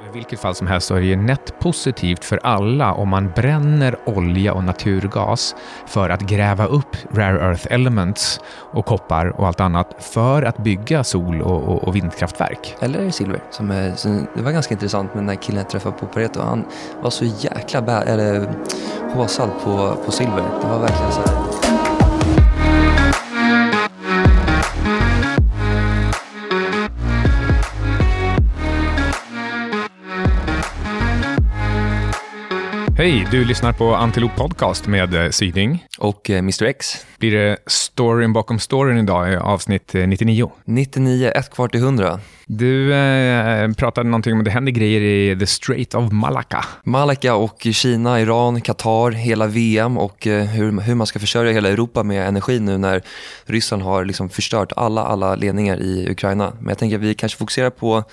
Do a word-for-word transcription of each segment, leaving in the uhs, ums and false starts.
I vilket fall som helst så är det ju nätt positivt för alla om man bränner olja och naturgas för att gräva upp rare earth elements och koppar och allt annat för att bygga sol- och, och, och vindkraftverk. Eller silver. Som är, som, det var ganska intressant med den här killen jag träffade på Pareto. Han var så jäkla bä, eller, håsad på, på silver. Det var verkligen så här... Hej, du lyssnar på Antilope Podcast med Syding. Och eh, mister X. Blir det storyn bakom storyn idag i avsnitt nittionio? nittionio, ett kvar till hundra. Du eh, pratade någonting om det händer grejer i The Strait of Malacca. Malacca och Kina, Iran, Qatar, hela V M och eh, hur, hur man ska försörja hela Europa med energi nu när Ryssland har liksom förstört alla, alla ledningar i Ukraina. Men jag tänker att vi kanske fokuserar på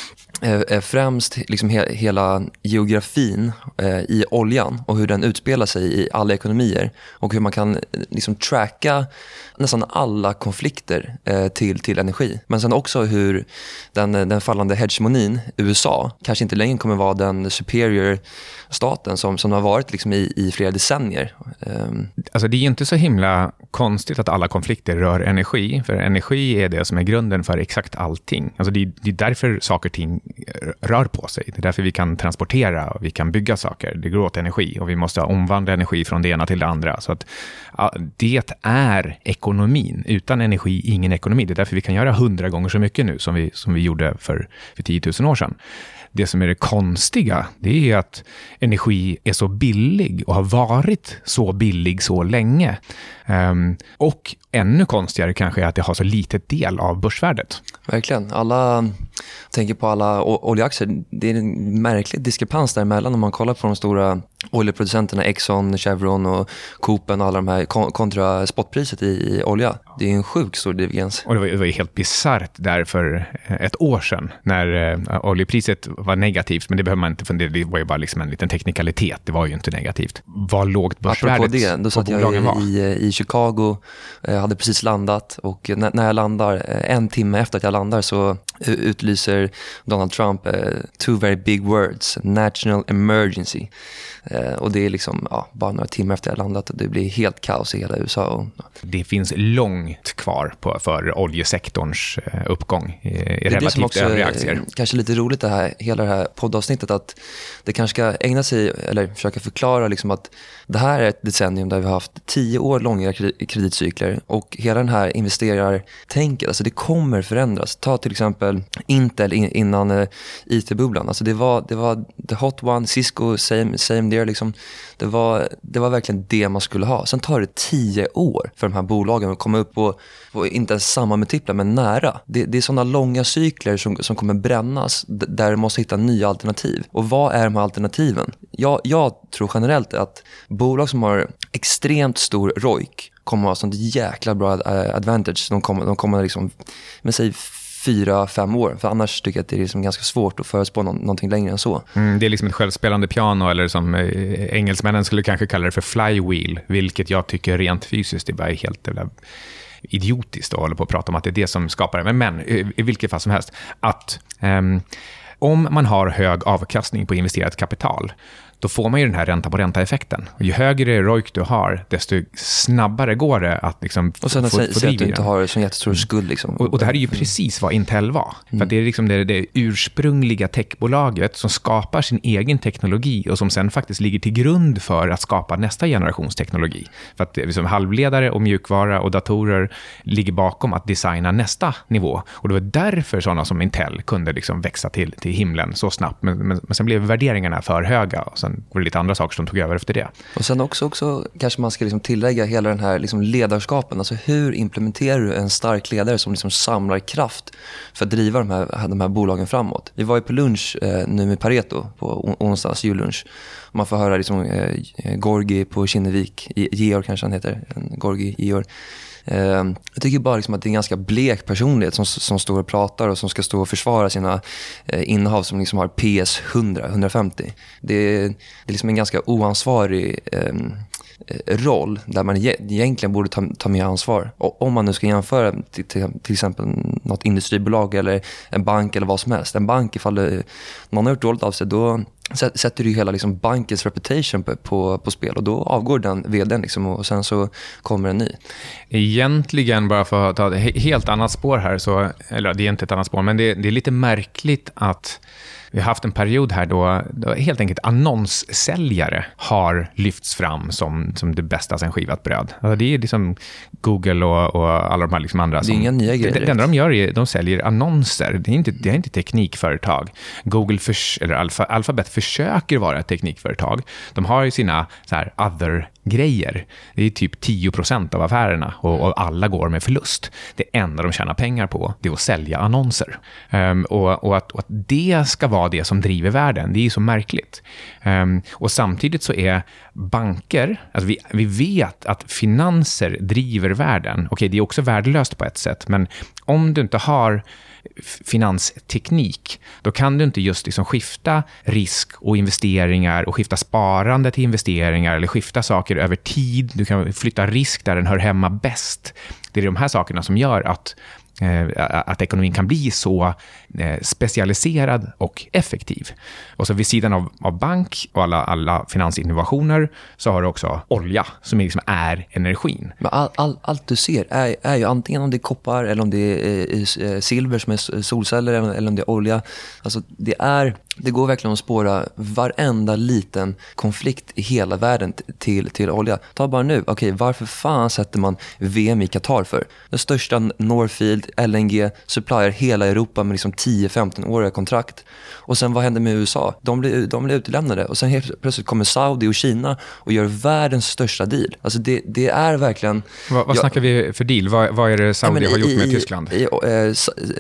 Eh, främst liksom he- hela geografin eh, i oljan och hur den utspelar sig i alla ekonomier och hur man kan eh, liksom tracka nästan alla konflikter eh, till, till energi. Men sen också hur den, den fallande hegemonin, U S A, kanske inte längre kommer vara den superior staten som, som har varit liksom i, i flera decennier. Um. Alltså det är ju inte så himla konstigt att alla konflikter rör energi, för energi är det som är grunden för exakt allting. Alltså det är, det är därför saker och ting rör på sig. Det är därför vi kan transportera och vi kan bygga saker. Det går åt energi och vi måste omvandla energi från det ena till det andra. Så att ja, det är ekonomin. Utan energi, ingen ekonomi. Det är därför vi kan göra hundra gånger så mycket nu som vi, som vi gjorde för, för tio tusen år sedan. Det som är det konstiga, det är att energi är så billig och har varit så billig så länge. Um, och ännu konstigare kanske är att det har så litet del av börsvärdet. Verkligen. Alla tänker på alla oljeaktier. Det är en märklig diskrepans däremellan om man kollar på de stora oljeproducenterna Exxon, Chevron och Copen och alla de här kontra spotpriset i, i olja. Det är en sjuk stor divergens. Och det var, det var ju helt bizarrt där för ett år sedan när uh, oljepriset var negativt, men det behöver man inte fundera, det var ju bara liksom en liten teknikalitet, det var ju inte negativt. Vad lågt börsvärdet apropå det, då satt jag i, i, i Chicago, eh, hade precis landat och när, när jag landar, eh, en timme efter att jag landar så utlyser Donald Trump eh, two very big words, national emergency. Eh, och det är liksom ja, bara några timmar efter jag landat och det blir helt kaos i hela U S A. Och, ja. Det finns långt kvar på, för oljesektorns eh, uppgång i, i relativt övriga aktier. Det är kanske lite roligt det här, hela det här poddavsnittet att det kanske ska ägna sig eller försöka förklara liksom att det här är ett decennium där vi har haft tio år långa kreditcykler och hela den här investerartänket, alltså det kommer förändras. Ta till exempel Intel innan uh, I T-bubblan. Alltså det var, det var the hot one, Cisco, same, same there liksom. Det var, det var verkligen det man skulle ha. Sen tar det tio år för de här bolagen att komma upp på, på inte ens samma multiplar men nära. Det, det är sådana långa cykler som, som kommer brännas där du måste hitta nya alternativ. Och vad är de här alternativen? Jag, jag tror generellt att bolag som har extremt stor R O I C kommer ha sånt jäkla bra advantage. De kommer, de kommer liksom, men säg fyra, fem år. För annars tycker jag att det är liksom ganska svårt att förespå nå- någonting längre än så. Mm, det är liksom ett självspelande piano eller som eh, engelsmännen skulle kanske kalla det för flywheel, vilket jag tycker rent fysiskt är bara helt jävla idiotiskt att hålla på att prata om att det är det som skapar det. Men, men i, i vilket fall som helst, att ehm, om man har hög avkastning på investerat kapital, då får man ju den här ränta på ränta-effekten. Och ju högre R O I C du har, desto snabbare går det att liksom och sen få, få, få få att du inte har en jättestor skuld. Liksom. Och, och det här är ju precis vad Intel var. Mm. För att det är liksom det, det ursprungliga techbolaget som skapar sin egen teknologi och som sen faktiskt ligger till grund för att skapa nästa generations teknologi. För att liksom halvledare och mjukvara och datorer ligger bakom att designa nästa nivå. Och det var därför sådana som Intel kunde liksom växa till, till himlen så snabbt. Men, men, men sen blev värderingarna för höga och sen var det lite andra saker som tog över efter det. Och sen också, också kanske man ska liksom tillägga hela den här liksom ledarskapen. Alltså hur implementerar du en stark ledare som liksom samlar kraft för att driva de här, de här bolagen framåt? Vi var ju på lunch eh, nu med Pareto på onsdags jullunch. Man får höra liksom, eh, Gorgi på Kinnevik, Georg kanske han heter, Gorgi, Georg. Uh, jag tycker bara liksom att det är en ganska blek personlighet som, som står och pratar och som ska stå och försvara sina uh, innehav som liksom har P S hundra, hundrafemtio. Det är, det är liksom en ganska oansvarig um, roll där man egentligen borde ta, ta mer ansvar. Och om man nu ska jämföra till, till, till exempel något industribolag eller en bank eller vad som helst. En bank, ifall det, någon har gjort dåligt av sig, då sätter du ju hela liksom bankens reputation på, på, på spel, och då avgår den vdn liksom, och sen så kommer en ny. Egentligen, bara för att ta ett helt annat spår här, så, eller det är inte ett annat spår, men det, det är lite märkligt att vi har haft en period här då, då helt enkelt annonssäljare har lyfts fram som, som det bästa sen skivat bröd. Alltså det är liksom Google och, och alla de här liksom andra. Det är som, inga nya grejer. Det, det enda de gör är de säljer annonser. Det är inte, det är inte teknikföretag. Google för, eller Alpha, Alphabet försöker vara ett teknikföretag. De har ju sina så här other grejer. Det är typ tio procent av affärerna och, och alla går med förlust. Det enda de tjänar pengar på, det är att sälja annonser. Um, och, och, att, och att det ska vara det som driver världen, det är ju så märkligt. Um, och samtidigt så är banker, alltså vi, vi vet att finanser driver världen. Okej, det är också värdelöst på ett sätt, men om du inte har finansteknik, då kan du inte just liksom skifta risk och investeringar och skifta sparande till investeringar eller skifta saker över tid. Du kan flytta risk där den hör hemma bäst. Det är de här sakerna som gör att att ekonomin kan bli så specialiserad och effektiv. Och så vid sidan av, av bank och alla, alla finansinnovationer så har du också olja som liksom är energin. Men all, all, allt du ser är, är ju antingen om det är koppar eller om det är, är silver som är solceller eller om det är olja. Alltså det är Det går verkligen att spåra varenda liten konflikt i hela världen till, till olja. Ta bara nu, okej, varför fan sätter man V M i Qatar för? Den största Northfield, L N G, supplier hela Europa med liksom tio femton-åriga kontrakt. Och sen vad händer med U S A? De blir, de blir utlämnade. Och sen helt plötsligt kommer Saudi och Kina och gör världens största deal. Alltså det, det är verkligen... Vad, vad jag, snackar vi för deal? Vad, vad är det Saudi har gjort med i, Tyskland? I, eh,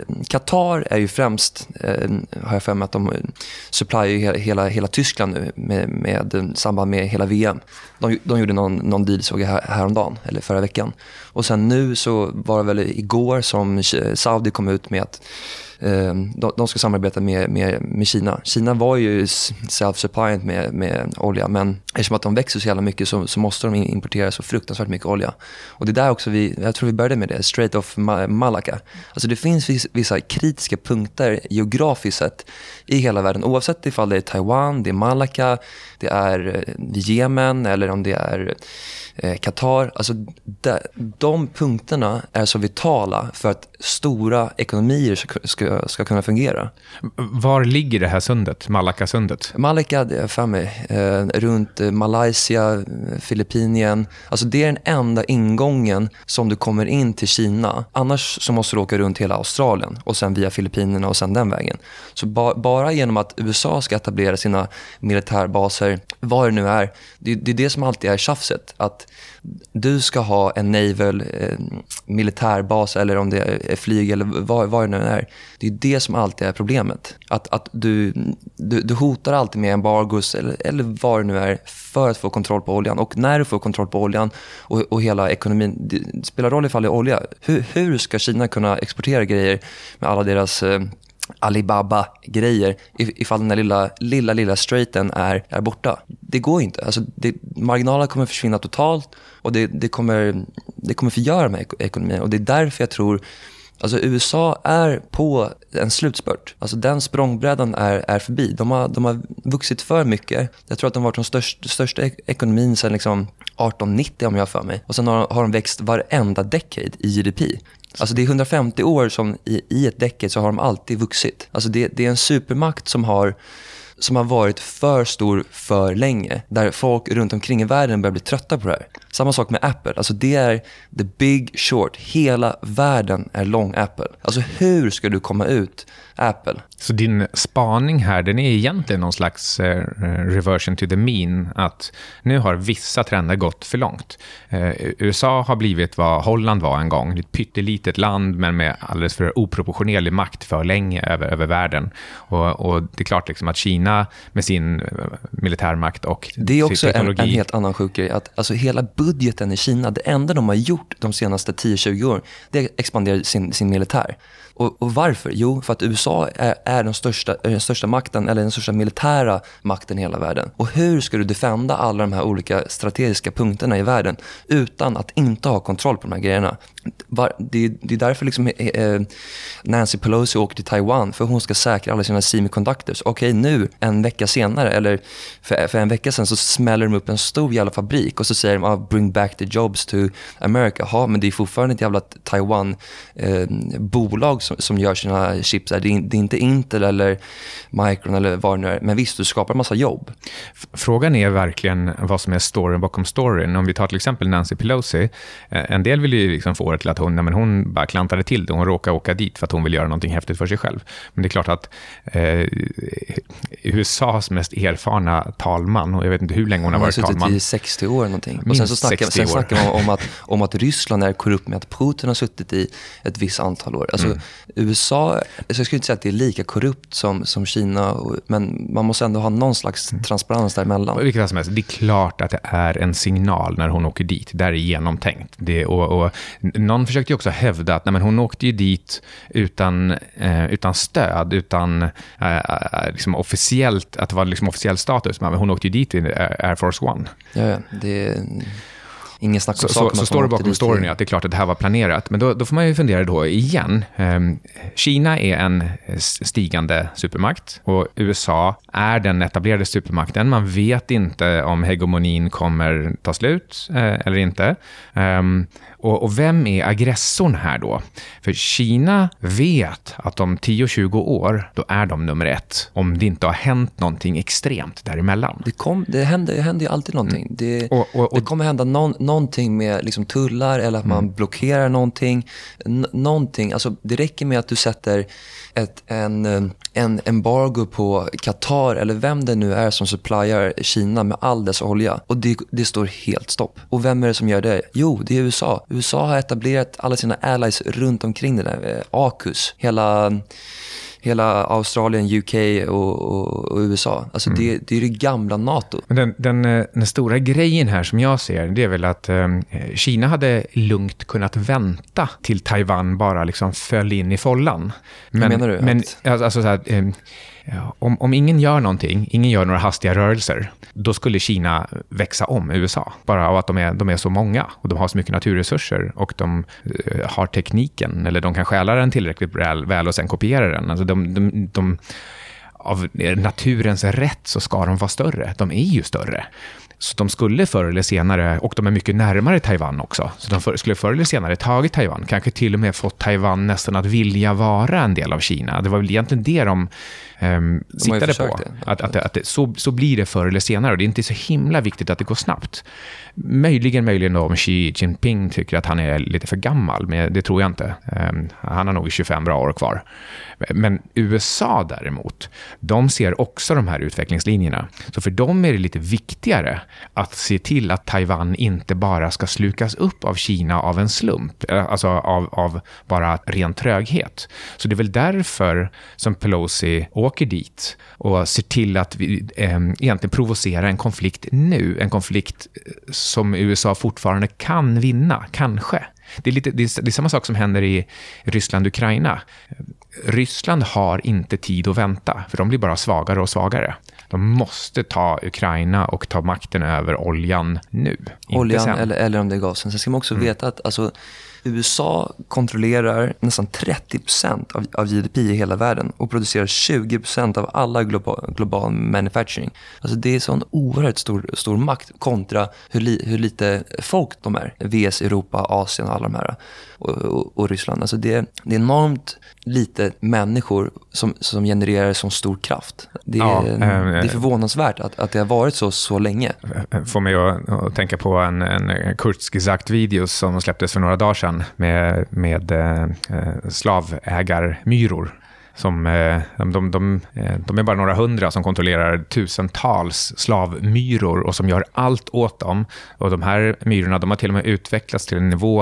Qatar är ju främst, eh, har jag för mig att de supply ju hela, hela, hela Tyskland nu med, med samband med hela V M. De, de gjorde någon, någon deal, såg jag här, häromdagen, eller förra veckan. Och sen nu så var det väl igår som Saudi kom ut med att eh, de, de ska samarbeta med, med, med Kina. Kina var ju self-suppliant med, med olja, men eftersom att de växer så jävla mycket så, så måste de importera så fruktansvärt mycket olja. Och det där också, vi, jag tror vi började med det, Strait of Malacca. Alltså det finns vissa, vissa kritiska punkter geografiskt sett i hela världen, oavsett ifall det är Taiwan, det är Malacca, det är Jemen eller om det är eh, Qatar. Alltså de, de punkterna är så vitala för att stora ekonomier ska, ska, ska kunna fungera. Var ligger det här sundet, Malacca-sundet? Malacca, det är för mig, eh, runt eh, Malaysia, Filippinien. Alltså det är den enda ingången som du kommer in till Kina. Annars så måste du åka runt hela Australien och sen via Filippinerna och sen den vägen. Så ba, bara genom att U S A ska etablera sina militärbaser, vad det nu är, det, det är det som alltid är tjafset. Att du ska ha en naval eh, militärbas eller om det är flyg eller vad, vad det nu är. Det är det som alltid är problemet. Att, att du, du, du hotar alltid med embargos eller, eller vad det nu är för att få kontroll på oljan. Och när du får kontroll på oljan och, och hela ekonomin, det spelar roll ifall det är olja. Hur, hur ska Kina kunna exportera grejer med alla deras... Eh, Alibaba-grejer ifall den där lilla, lilla, lilla straiten är, är borta. Det går inte. Alltså det, marginalerna kommer försvinna totalt och det, det, kommer, det kommer förgöra med ekonomin. Och det är därför jag tror alltså U S A är på en slutspurt. Alltså den språngbrädan är, är förbi. De har, de har vuxit för mycket. Jag tror att de har varit de största, största ekonomin sedan liksom arton nittio om jag för mig. Och sen har, har de växt varenda decade i G D P. Alltså det är hundrafemtio år som i, i ett decade så har de alltid vuxit. Alltså det, det är en supermakt som har, som har varit för stor för länge. Där folk runt omkring i världen börjar bli trötta på det här. Samma sak med Apple. Alltså det är the big short. Hela världen är lång Apple. Alltså hur ska du komma ut Apple? Så din spaning här, den är egentligen någon slags eh, reversion to the mean. Att nu har vissa trender gått för långt. Eh, U S A har blivit vad Holland var en gång. Ett pyttelitet land men med alldeles för oproportionerlig makt för länge över, över världen. Och, och det är klart liksom att Kina med sin eh, militärmakt och det är också teknologi... en, en helt annan sjuk grej. Att, alltså hela budgeten i Kina, det enda de har gjort de senaste tio tjugo år, det är att expandera sin, sin militär. Och, och varför? Jo, för att U S A är, är den, största, den största makten, eller den största militära makten i hela världen. Och hur ska du defenda alla de här olika strategiska punkterna i världen utan att inte ha kontroll på de här grejerna? Det, det är därför liksom, eh, Nancy Pelosi åker till Taiwan, för hon ska säkra alla sina semiconductors. Okej, nu en vecka senare, eller för, för en vecka sedan, så smäller de upp en stor jävla fabrik och så säger de, ah, bring back the jobs to America. Ja, men det är fortfarande ett jävla Taiwan-bolag eh, som, som gör sina chips. Det är, det är inte Intel eller Micron eller vad det nu är. Men visst, du skapar en massa jobb. Frågan är verkligen vad som är storyn bakom storyn. Om vi tar till exempel Nancy Pelosi. En del vill ju liksom få det till att hon, nej, men hon bara klantade till det. Hon råkade åka dit för att hon vill göra någonting häftigt för sig själv. Men det är klart att eh, U S A:s mest erfarna talman, och jag vet inte hur länge hon har varit talman. Hon har suttit i sextio år någonting. Och sen så snackar, sen snackar man om att, om att Ryssland är korrupt med att Putin har suttit i ett visst antal år. Alltså mm. U S A, jag skulle inte säga att det är lika korrupt som, som Kina, men man måste ändå ha någon slags mm. transparens däremellan. Vilket som helst, det är klart att det är en signal när hon åker dit. Det är genomtänkt. Det, och, och, någon försökte ju också hävda att nej, men hon åkte ju dit utan, eh, utan stöd, utan eh, liksom officiellt, att det var liksom officiell status. Men hon åkte ju dit i Air Force One. Ja, ja. Det är ingen snack om så, så, så står det bakom storyn att det är klart att det här var planerat. Men då, då får man ju fundera då igen. Um, Kina är en stigande supermakt och U S A är den etablerade supermakten. Man vet inte om hegemonin kommer ta slut eh, eller inte. Um, och, och vem är aggressorn här då? För Kina vet att om tio tjugo år, då är de nummer ett. Om det inte har hänt någonting extremt däremellan. Det, kom, det, händer, det händer ju alltid någonting. Mm. Det, och, och, och, det kommer hända någon, någonting med liksom tullar eller att man mm. blockerar någonting. N- någonting. Alltså, det räcker med att du sätter ett, en, en embargo på Qatar eller vem det nu är som supplyar Kina med all dess olja. Och det, det står helt stopp. Och vem är det som gör det? Jo, det är U S A. U S A har etablerat alla sina allies runt omkring det där. AUKUS, hela... Hela Australien, U K och, och, och U S A. Alltså mm. det, det är det gamla NATO. Men den, den, den stora grejen här som jag ser, det är väl att eh, Kina hade lugnt kunnat vänta till Taiwan bara liksom föll in i follan. Men, Vad menar du? Men, att... alltså så här, eh, ja, om, om ingen gör någonting, ingen gör några hastiga rörelser, då skulle Kina växa om U S A. Bara av att de är, de är så många och de har så mycket naturresurser och de eh, har tekniken, eller de kan stjäla den tillräckligt väl, väl och sen kopiera den. Alltså de, de, de, av naturens rätt så ska de vara större. De är ju större. Så de skulle förr eller senare, och de är mycket närmare Taiwan också, så de för, skulle förr eller senare tagit Taiwan, kanske till och med fått Taiwan nästan att vilja vara en del av Kina. Det var väl egentligen det de, um, de siktade på. Att, att, att det, så, så blir det förr eller senare, och det är inte så himla viktigt att det går snabbt. Möjligen, möjligen då om Xi Jinping tycker att han är lite för gammal, men det tror jag inte. Um, han har nog tjugofem bra år kvar. Men U S A däremot, de ser också de här utvecklingslinjerna. Så för dem är det lite viktigare att se till att Taiwan inte bara ska slukas upp av Kina av en slump, alltså av, av bara ren tröghet. Så det är väl därför som Pelosi åker dit och ser till att vi eh, egentligen provocera en konflikt nu, en konflikt som U S A fortfarande kan vinna, kanske. Det är, lite, det är, det är samma sak som händer i Ryssland-Ukraina. Ryssland har inte tid att vänta, för de blir bara svagare och svagare. De måste ta Ukraina och ta makten över oljan nu. Oljan eller, eller om det är gasen. Sen ska man också mm. veta att alltså, U S A kontrollerar nästan trettio procent av, av G D P i hela världen och producerar tjugo procent av alla global, global manufacturing. Alltså det är sån oerhört stor, stor makt kontra hur, li, hur lite folk de är. V S, Europa, Asien och alla de här. Och, och, och Ryssland. Alltså det, det är enormt lite människor som, som genererar så stor kraft. Det är, ja, äh, det är förvånansvärt att, att det har varit så så länge. Får mig att, att tänka på en, en Kurzgesagt-video som släpptes för några dagar sedan med, med äh, slavägarmyror. Som, de, de, de, de är bara några hundra som kontrollerar tusentals slavmyror och som gör allt åt dem. Och de här myrorna, de har till och med utvecklats till en nivå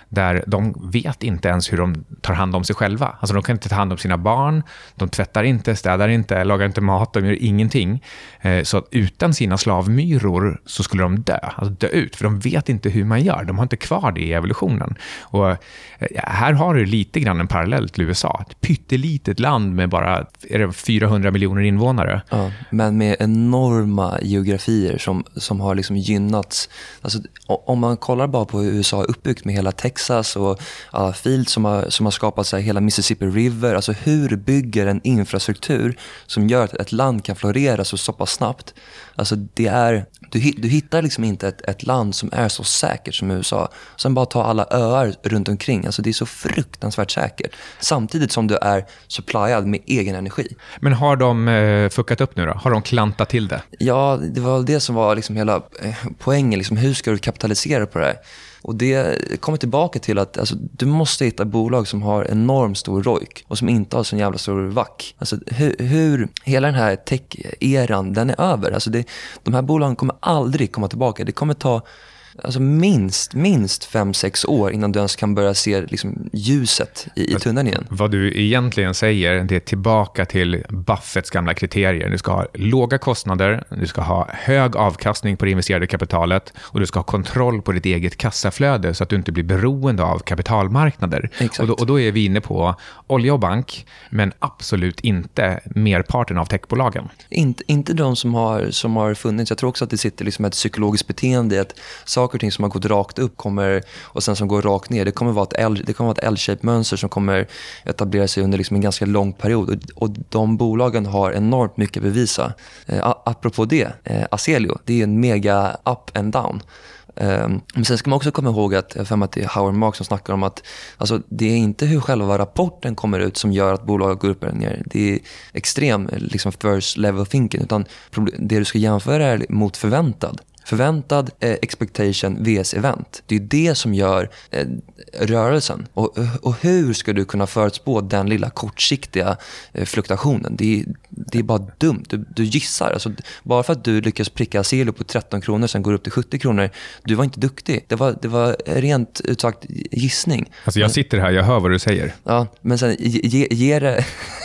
där de vet inte ens hur de tar hand om sig själva. Alltså de kan inte ta hand om sina barn, de tvättar inte, städar inte, lagar inte mat, de gör ingenting. Så att utan sina slavmyror så skulle de dö, alltså dö ut, för de vet inte hur man gör. De har inte kvar det i evolutionen. Och här har du lite grann en parallell till U S A. Ett pyttelitet land med bara är det fyrahundra miljoner invånare. Ja, men med enorma geografier som, som har liksom gynnats. Alltså, om man kollar bara på hur U S A är uppbyggt med hela Texas och alla fields som har, som har skapat sig, hela Mississippi River. Alltså hur bygger en infrastruktur som gör att ett land kan florera så, så pass snabbt. Alltså det är, du, du hittar liksom inte ett, ett land som är så säkert som U S A. Sen bara ta alla öar runt omkring. Alltså det är så fruktansvärt säkert. Samtidigt som du är supplyad med egen energi. Men har de eh, fuckat upp nu då? Har de klantat till det? Ja, det var det som var liksom hela eh, poängen. Liksom, hur ska du kapitalisera på det här? Och det kommer tillbaka till att alltså, du måste hitta bolag som har enormt stor R O I C och som inte har så jävla stor V A C. Alltså, hur, hur hela den här tech-eran, den är över. Alltså det, de här bolagen kommer aldrig komma tillbaka. Det kommer ta alltså, minst, minst fem, sex år innan du ens kan börja se liksom, ljuset i, i tunneln igen. Vad du egentligen säger, det är tillbaka till Buffetts gamla kriterier. Du ska ha låga kostnader, du ska ha hög avkastning på det investerade kapitalet och du ska ha kontroll på ditt eget kassaflöde så att du inte blir beroende av kapitalmarknader. Och då, och då är vi inne på olja och bank, men absolut inte merparten av techbolagen. Inte, inte de som har, som har funnits. Jag tror också att det sitter liksom ett psykologiskt beteende i att saker och ting som har gått rakt upp kommer, och sen som går rakt ner. Det kommer vara ett L, det kommer vara ett L-shape mönster som kommer etablera sig under liksom en ganska lång period. Och, och de bolagen har enormt mycket att bevisa. Eh, apropå det, eh, Aselio, det är en mega up and down. Um, men sen ska man också komma ihåg att, jag att det är Howard Marks som snackar om att alltså, det är inte hur själva rapporten kommer ut som gör att bolaget går upp eller ner. Det är extrem liksom first level thinking, utan det du ska jämföra är mot förväntad. Förväntad eh, expectation vs event. Det är det som gör eh, rörelsen. Och, och hur ska du kunna förutspå den lilla kortsiktiga eh, fluktuationen? Det är, det är bara dumt. Du, du gissar. Alltså, bara för att du lyckas pricka Aselio på tretton kronor sen går upp till sjuttio kronor. Du var inte duktig. Det var, det var rent utsagt gissning. Alltså jag sitter här, jag hör vad du säger. Ja, men sen ge, ge det...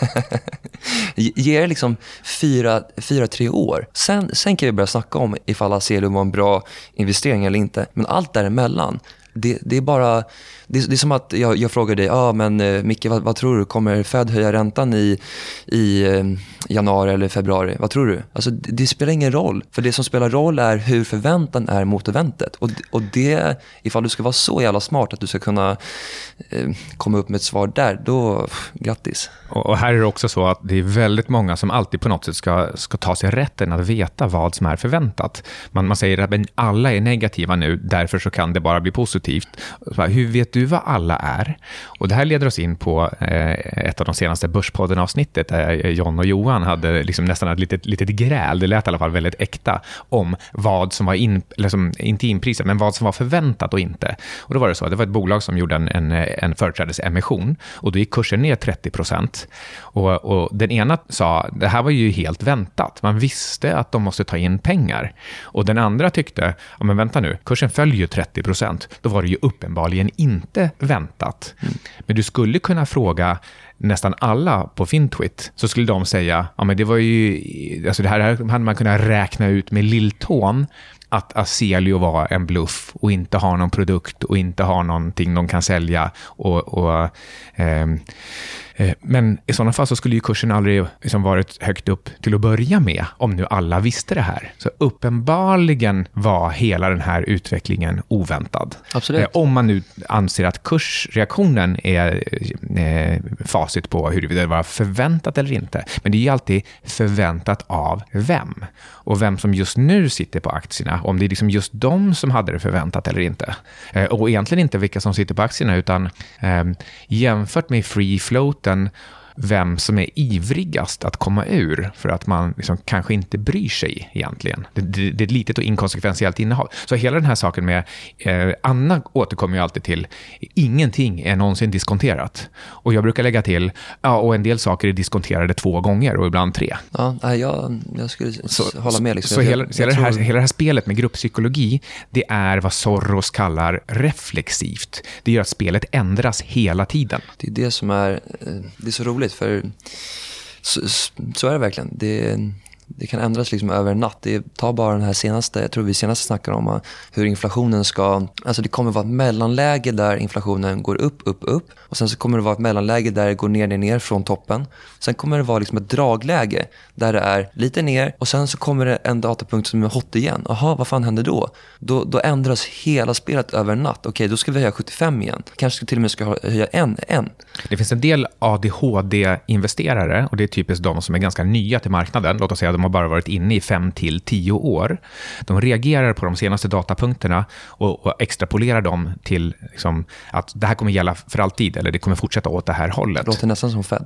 Ge det liksom fyra, fyra, tre år. Sen, sen kan vi börja snacka om ifall Aselio var en bra investering eller inte. Men allt däremellan, det, det är bara... Det är, det är som att jag, jag frågar dig, ja men uh, Micke, vad, vad tror du? Kommer Fed höja räntan i, i uh, januari eller februari? Vad tror du? Alltså det, det spelar ingen roll. För det som spelar roll är hur förväntan är mot eventet. Och, och det, ifall du ska vara så jävla smart att du ska kunna uh, komma upp med ett svar där, då pff, grattis. Och, och här är det också så att det är väldigt många som alltid på något sätt ska, ska ta sig rätten att veta vad som är förväntat. Man, man säger att men alla är negativa nu, därför så kan det bara bli positivt. Hur vet du vad alla är? Och det här leder oss in på eh, ett av de senaste Börspodden-avsnittet där John och Johan hade liksom nästan ett litet, litet gräl, det lät i alla fall väldigt äkta, om vad som var in, eller som, inte inprisat, men vad som var förväntat och inte. Och då var det så, det var ett bolag som gjorde en, en, en företrädesemission och då gick kursen ner trettio procent. Och, och den ena sa, det här var ju helt väntat. Man visste att de måste ta in pengar. Och den andra tyckte, ja men vänta nu, kursen följer ju trettio procent. Då var det ju uppenbarligen inte väntat. Mm. Men du skulle kunna fråga nästan alla på Fintwit, så skulle de säga, ja men det var ju, alltså det här hade man kunnat räkna ut med lilltån, att Aselio var en bluff och inte har någon produkt och inte har någonting de kan sälja och, och eh, eh, men i sådana fall så skulle ju kursen aldrig liksom varit högt upp till att börja med om nu alla visste det här. Så uppenbarligen var hela den här utvecklingen oväntad. Absolut. Eh, om man nu anser att kursreaktionen är eh, facit på huruvida det var förväntat eller inte. Men det är ju alltid förväntat av vem? Och vem som just nu sitter på aktierna, om det är liksom just de som hade det förväntat eller inte. Eh, och egentligen inte vilka som sitter på aktierna, utan eh, jämfört med free floaten vem som är ivrigast att komma ur för att man liksom kanske inte bryr sig egentligen. Det, det, det är ett litet och inkonsekventiellt innehåll. Så hela den här saken med eh, Anna återkommer ju alltid till ingenting är någonsin diskonterat. Och jag brukar lägga till ja, och en del saker är diskonterade två gånger och ibland tre. Ja, jag, jag skulle så, hålla med. Liksom. Så jag, hela, jag, så jag hela, det här, tror... hela det här spelet med grupppsykologi, det är vad Soros kallar reflexivt. Det gör att spelet ändras hela tiden. Det är det som är, det är så roligt, för så, så är det verkligen. Det, det kan ändras liksom över en natt. Det tar bara den här senaste, jag tror vi senast snackade om hur inflationen ska, alltså det kommer vara ett mellanläge där inflationen går upp, upp, upp. Och sen så kommer det vara ett mellanläge där det går ner, ner, ner från toppen. Sen kommer det vara liksom ett dragläge där det är lite ner och sen så kommer det en datapunkt som är hot igen. Aha, vad fan händer då? Då, då ändras hela spelet över en natt. Okej, då ska vi höja sjuttiofem igen. Kanske ska till och med ska höja en, en. Det finns en del A D H D-investerare och det är typiskt de som är ganska nya till marknaden. Låt oss säga att de har bara varit inne i fem till tio år. De reagerar på de senaste datapunkterna och, och extrapolerar dem till liksom, att det här kommer gälla för alltid eller det kommer fortsätta åt det här hållet. Det låter nästan som Fed.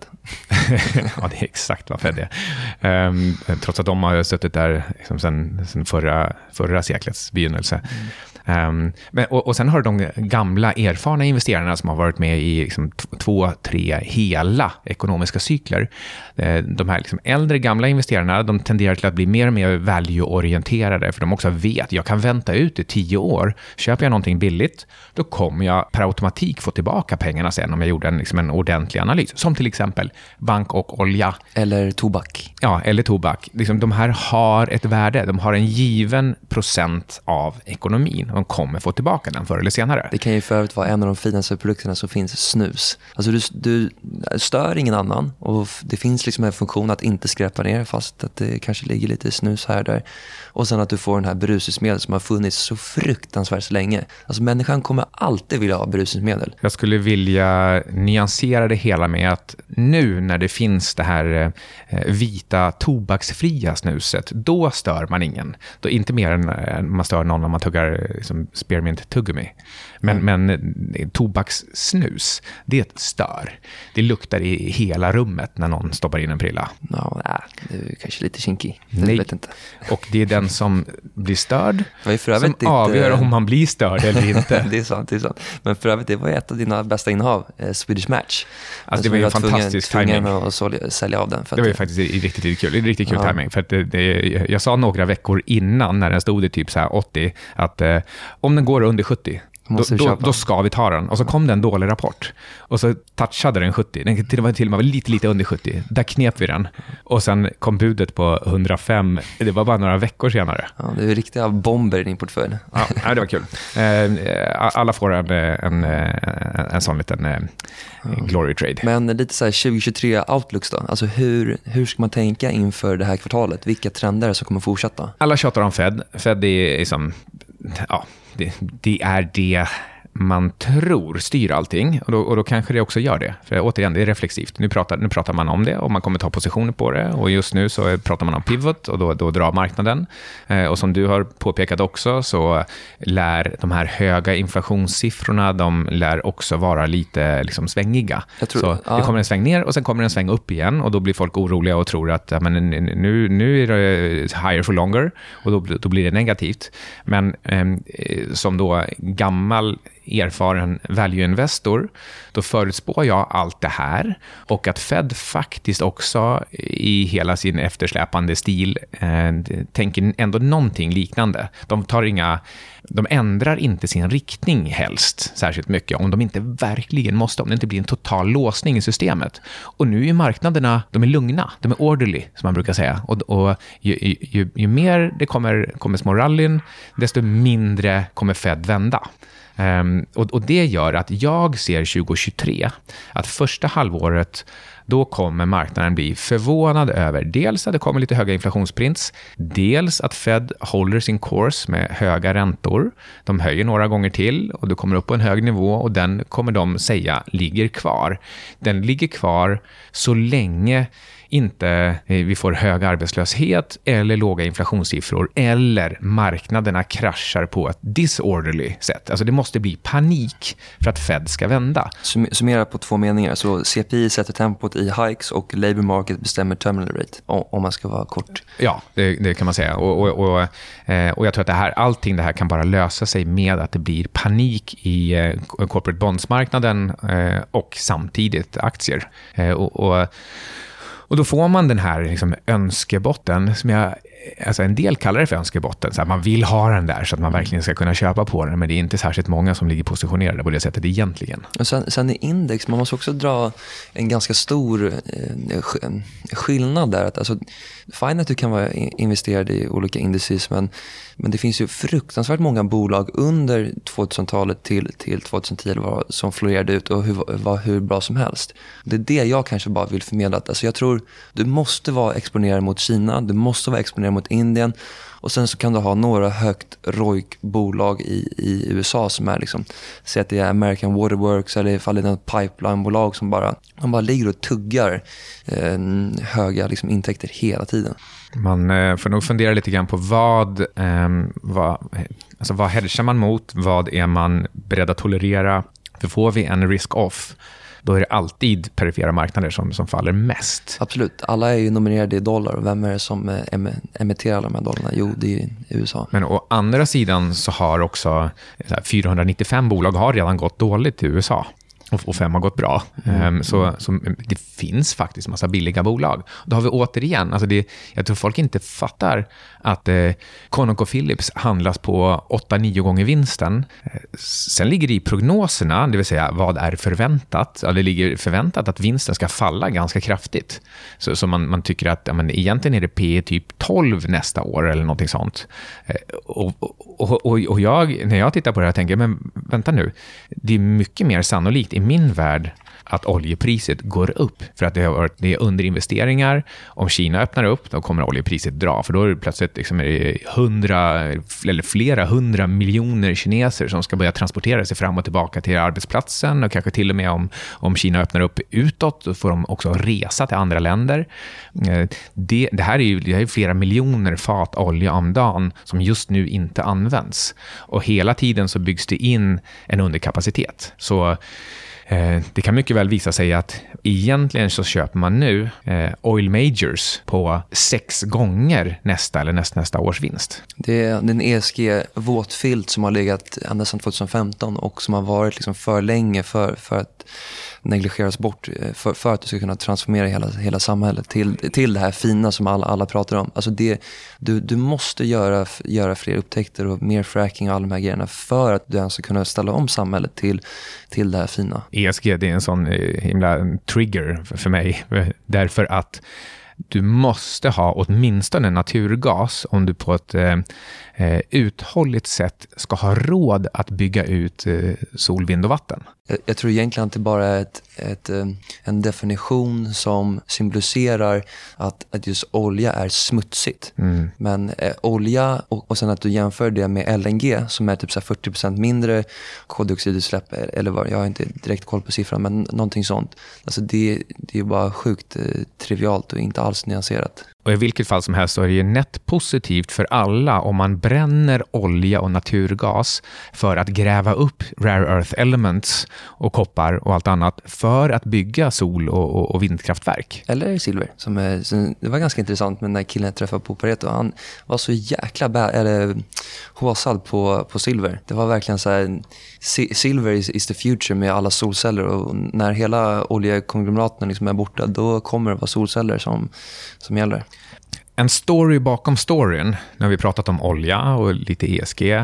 Ja, det är exakt vad Fed är. Um, trots att de har suttit där liksom sen, sen förra, förra seklets begynnelse. Mm. Um, men, och, och sen har de gamla erfarna investerarna som har varit med i liksom t- två, tre hela ekonomiska cykler. De här liksom äldre gamla investerarna, de tenderar till att bli mer och mer value-orienterade för de också vet att jag kan vänta ut i tio år. Köper jag någonting billigt, då kommer jag per automatik få tillbaka pengarna sen om jag gjorde en, liksom en ordentlig analys. Som till exempel bank och olja. Eller tobak. Ja, eller tobak. Liksom, de här har ett värde. De har en given procent av ekonomin. De kommer få tillbaka den förr eller senare. Det kan ju för övrigt vara en av de finaste produkterna som finns, snus. Alltså du, du stör ingen annan och det finns liksom en funktion att inte skräpa ner fast att det kanske ligger lite snus här där. Och sen att du får den här berusningsmedel som har funnits så fruktansvärt så länge. Alltså människan kommer alltid vilja ha berusningsmedel. Jag skulle vilja nyansera det hela med att nu när det finns det här eh, vita tobaksfria snuset, då stör man ingen. Då inte mer än man stör någon om man tuggar liksom, spearmint tuggummi. Men, mm. men tobakssnus, det stör. Det luktar i hela rummet när någon stoppar in en prilla. No, nej, det är kanske lite kinky. Nej. Vet inte. Och det är den som blir störd för som inte... avgör om man blir störd eller inte. Det är sant, det är sant. Men för övrigt, det var ett av dina bästa innehav, eh, Swedish Match. Alltså det var ju en fantastisk timing. att sålja, sälja av den. För det var ju att, faktiskt riktigt, riktigt kul. Det är riktigt kul ja. timing. För att det, det, jag sa några veckor innan när den stod i typ så här åttio att eh, om den går under sjuttio Då, då, då ska vi ta den. Och så kom det en dålig rapport. Och så touchade den sjuttio. Den till och med, till och med lite, lite under sjuttio. Där knep vi den. Och sen kom budet på hundrafem. Det var bara några veckor senare. Ja, det är riktiga bomber i din portfölj. Ja, det var kul. Alla får en, en, en sån liten ja. glory trade. Men lite så här tjugohundratjugotre outlooks då. Alltså hur, hur ska man tänka inför det här kvartalet? Vilka trender som kommer fortsätta? Alla tjatar om Fed. Fed är liksom... Ja, det, det är det man tror styr allting och då, och då kanske det också gör det. För återigen, det är reflexivt. Nu pratar, nu pratar man om det och man kommer ta positioner på det och just nu så pratar man om pivot och då, då drar marknaden. Eh, och som du har påpekat också så lär de här höga inflationssiffrorna, de lär också vara lite liksom svängiga. Jag tror, så ja. Det kommer en sväng ner och sen kommer en sväng upp igen och då blir folk oroliga och tror att ja, men nu, nu är det higher for longer och då, då blir det negativt. Men eh, som då gammal erfaren value-investor, då förutspår jag allt det här och att Fed faktiskt också i hela sin eftersläpande stil eh, tänker ändå någonting liknande. De tar inga, de ändrar inte sin riktning helst särskilt mycket om de inte verkligen måste, om det inte blir en total låsning i systemet. Och nu är marknaderna, de är lugna, de är orderly som man brukar säga och, och ju, ju, ju mer det kommer, kommer små rallyn, desto mindre kommer Fed vända. Um, och, och det gör att jag ser tjugohundratjugotre att första halvåret då kommer marknaden bli förvånad över dels att det kommer lite höga inflationsprints, dels att Fed håller sin kurs med höga räntor. De höjer några gånger till och det kommer upp på en hög nivå och den kommer de säga ligger kvar. Den ligger kvar så länge inte vi får hög arbetslöshet eller låga inflationssiffror eller marknaderna kraschar på ett disorderly sätt. Alltså det måste bli panik för att Fed ska vända. Summera på två meningar. Så C P I sätter tempot i hikes och labor market bestämmer terminal rate, om man ska vara kort. Ja, det, det kan man säga. Och, och, och, och jag tror att det här, allting det här kan bara lösa sig med att det blir panik i eh, corporate bondsmarknaden eh, och samtidigt aktier. Eh, och, och, och då får man den här liksom, önskebotten som jag, alltså en del kallar det för önskebotten. Så att man vill ha den där så att man verkligen ska kunna köpa på den, men det är inte särskilt många som ligger positionerade på det sättet egentligen. Och sen, sen i index, man måste också dra en ganska stor eh, skillnad där. Att, alltså, fine att du kan vara investerad i olika indices, men, men det finns ju fruktansvärt många bolag under tvåtusentalet till, till tjugohundratio som florerade ut och hur, var hur bra som helst. Det är det jag kanske bara vill förmedla. Alltså, jag tror du måste vara exponerad mot Kina, du måste vara exponerad mot Indien, och sen så kan du ha några högt R O I-bolag i, i U S A som är liksom, säg att det är American Waterworks eller ifall det är något pipeline-bolag som bara, de bara ligger och tuggar eh, höga liksom, intäkter hela tiden. Man eh, får nog fundera lite grann på vad, eh, vad, alltså vad hedgar man mot, vad är man beredd att tolerera, för får vi en risk-off, då är det alltid perifera marknader som, som faller mest. Absolut. Alla är ju nominerade i dollar. Och vem är det som em- emitterar de här dollarna? Jo, det är U S A. Men å andra sidan så har också fyrahundranittiofem bolag har redan gått dåligt i U S A. Och fem har gått bra. Mm. Så, så det finns faktiskt massa billiga bolag. Då har vi återigen, alltså det, jag tror folk inte fattar att eh, ConocoPhillips handlas på åtta nio gånger vinsten. Sen ligger det i prognoserna, det vill säga vad är förväntat. Ja, det ligger förväntat att vinsten ska falla ganska kraftigt. Så, så man, man tycker att ja, men egentligen är det P typ tolv nästa år eller någonting sånt. Och, och, och, och jag, när jag tittar på det här tänker jag, men vänta nu, det är mycket mer sannolikt i min värld att oljepriset går upp för att det har varit det är underinvesteringar. Om Kina öppnar upp, då kommer oljepriset dra, för då är det plötsligt liksom är det hundra eller flera hundra miljoner kineser som ska börja transportera sig fram och tillbaka till arbetsplatsen, och kanske till och med om, om Kina öppnar upp utåt, då får de också resa till andra länder. Det, det här är ju det är flera miljoner fat olja om dagen som just nu inte används, och hela tiden så byggs det in en underkapacitet. Så det kan mycket väl visa sig att egentligen så köper man nu eh, oil majors på sex gånger nästa eller näst, nästa års vinst. Det är en E S G-våtfilt som har legat ända sedan tjugohundrafemton och som har varit liksom för länge för, för att negligeras bort, för, för att du ska kunna transformera hela, hela samhället till, till det här fina som alla, alla pratar om. Alltså det, du, du måste göra, göra fler upptäckter och mer fracking och alla de här grejerna för att du ens ska kunna ställa om samhället till, till det här fina. E S G, det är en sån himla trigger för mig, därför att du måste ha åtminstone naturgas om du på ett eh, uthålligt sätt ska ha råd att bygga ut eh, sol, vind och vatten. Jag, jag tror egentligen att det bara är ett, ett, en definition som symboliserar att, att just olja är smutsigt. Mm. Men eh, olja och, och sen att du jämför det med L N G som är typ så här fyrtio procent mindre koldioxidutsläpp eller vad, jag har inte direkt koll på siffran, men någonting sånt. Alltså det, det är bara sjukt eh, trivialt och inte alls nyanserat. Och i vilket fall som helst så är det ju nätt positivt för alla om man bränner olja och naturgas för att gräva upp rare earth elements och koppar och allt annat för att bygga sol- och, och, och vindkraftverk. Eller silver. Som är, som, det var ganska intressant med den där killen jag träffade på Pareto. Han var så jäkla bä- eller, håsad på, på silver. Det var verkligen så här, silver is, is the future med alla solceller, och när hela oljekonglomeraten liksom är borta, då kommer det vara solceller som, som gäller. En story bakom storyn, när vi pratat om olja och lite E S G.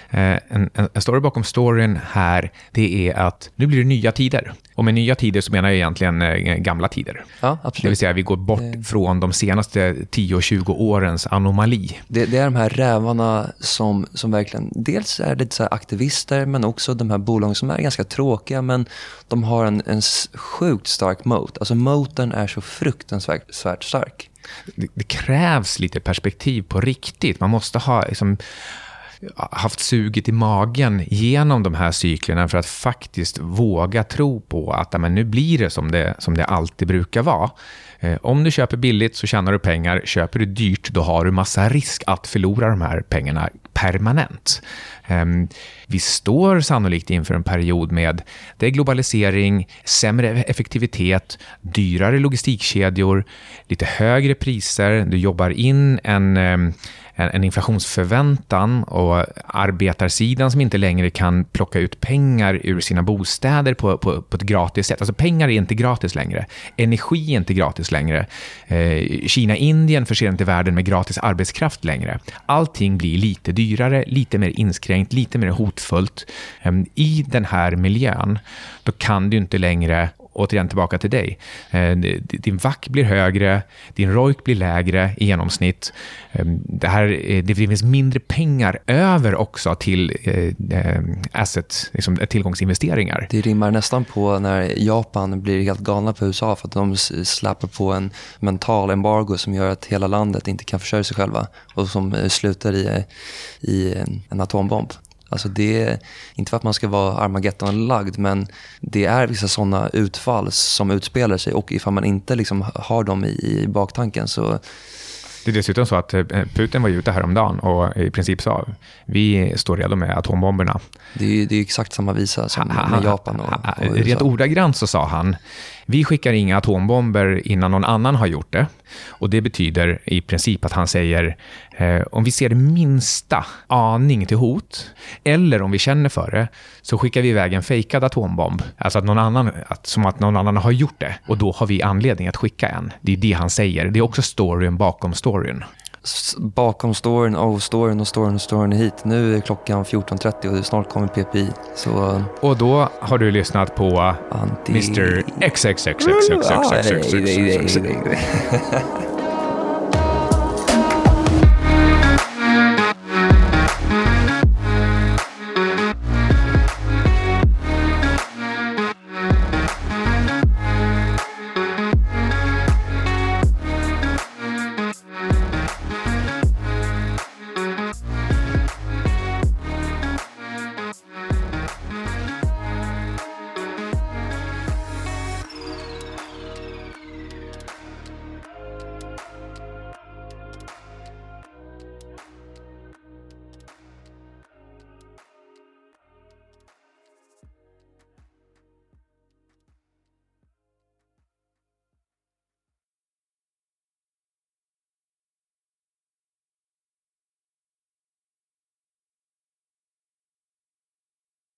En, en story bakom storyn här, det är att nu blir det nya tider. Och med nya tider så menar jag egentligen gamla tider. Ja, absolut. Det vill säga vi går bort det... från de senaste tio tjugo årens anomali. Det, det är de här rävarna som, som verkligen, dels är det så här aktivister, men också de här bolagen som är ganska tråkiga, men de har en, en sjukt stark moat. Alltså moten är så fruktansvärt stark. Det, det krävs lite perspektiv på riktigt. Man måste ha liksom, haft suget i magen genom de här cyklerna för att faktiskt våga tro på att men nu blir det som det, som det alltid brukar vara. Eh, om du köper billigt så tjänar du pengar. Köper du dyrt, då har du massa risk att förlora de här pengarna permanent. Eh, vi står sannolikt inför en period med deglobalisering, sämre effektivitet, dyrare logistikkedjor, lite högre priser. Du jobbar in en... Eh, en inflationsförväntan och arbetarsidan som inte längre kan plocka ut pengar ur sina bostäder på, på, på ett gratis sätt. Alltså pengar är inte gratis längre. Energi är inte gratis längre. Eh, Kina, Indien förser inte världen med gratis arbetskraft längre. Allting blir lite dyrare, lite mer inskränkt, lite mer hotfullt. Eh, I den här miljön, då kan du inte längre, återigen tillbaka till dig. Din V A C blir högre, din R O I C blir lägre i genomsnitt. Det, här, det finns mindre pengar över också till eh, asset, liksom tillgångsinvesteringar. Det rimmar nästan på när Japan blir helt galna på U S A för att de släpper på en mental embargo som gör att hela landet inte kan försörja sig själva och som slutar i, i en atombomb. Alltså det är inte för att man ska vara Armageddon-lagd, men det är vissa sådana utfall som utspelar sig, och ifall man inte liksom har dem i, i baktanken så... Det är dessutom så att Putin var ute häromdagen och i princip sa vi står redo med atombomberna. Det är ju det är exakt samma visa som ha, med Japan och, och U S A. Rent ordagrant så sa han, vi skickar inga atombomber innan någon annan har gjort det. Och det betyder i princip att han säger, eh, om vi ser det minsta aning till hot, eller om vi känner för det, så skickar vi iväg en fejkad atombomb. Alltså att någon annan, att, som att någon annan har gjort det. Och då har vi anledning att skicka en. Det är det han säger. Det är också storyn bakom storyn. Bakom storyn, oh, storyn och storyn och storyn hit. Nu är klockan fjorton trettio och snart kommer P P I. Så... Och då har du lyssnat på Anti... mister X X X X X X X X X X X X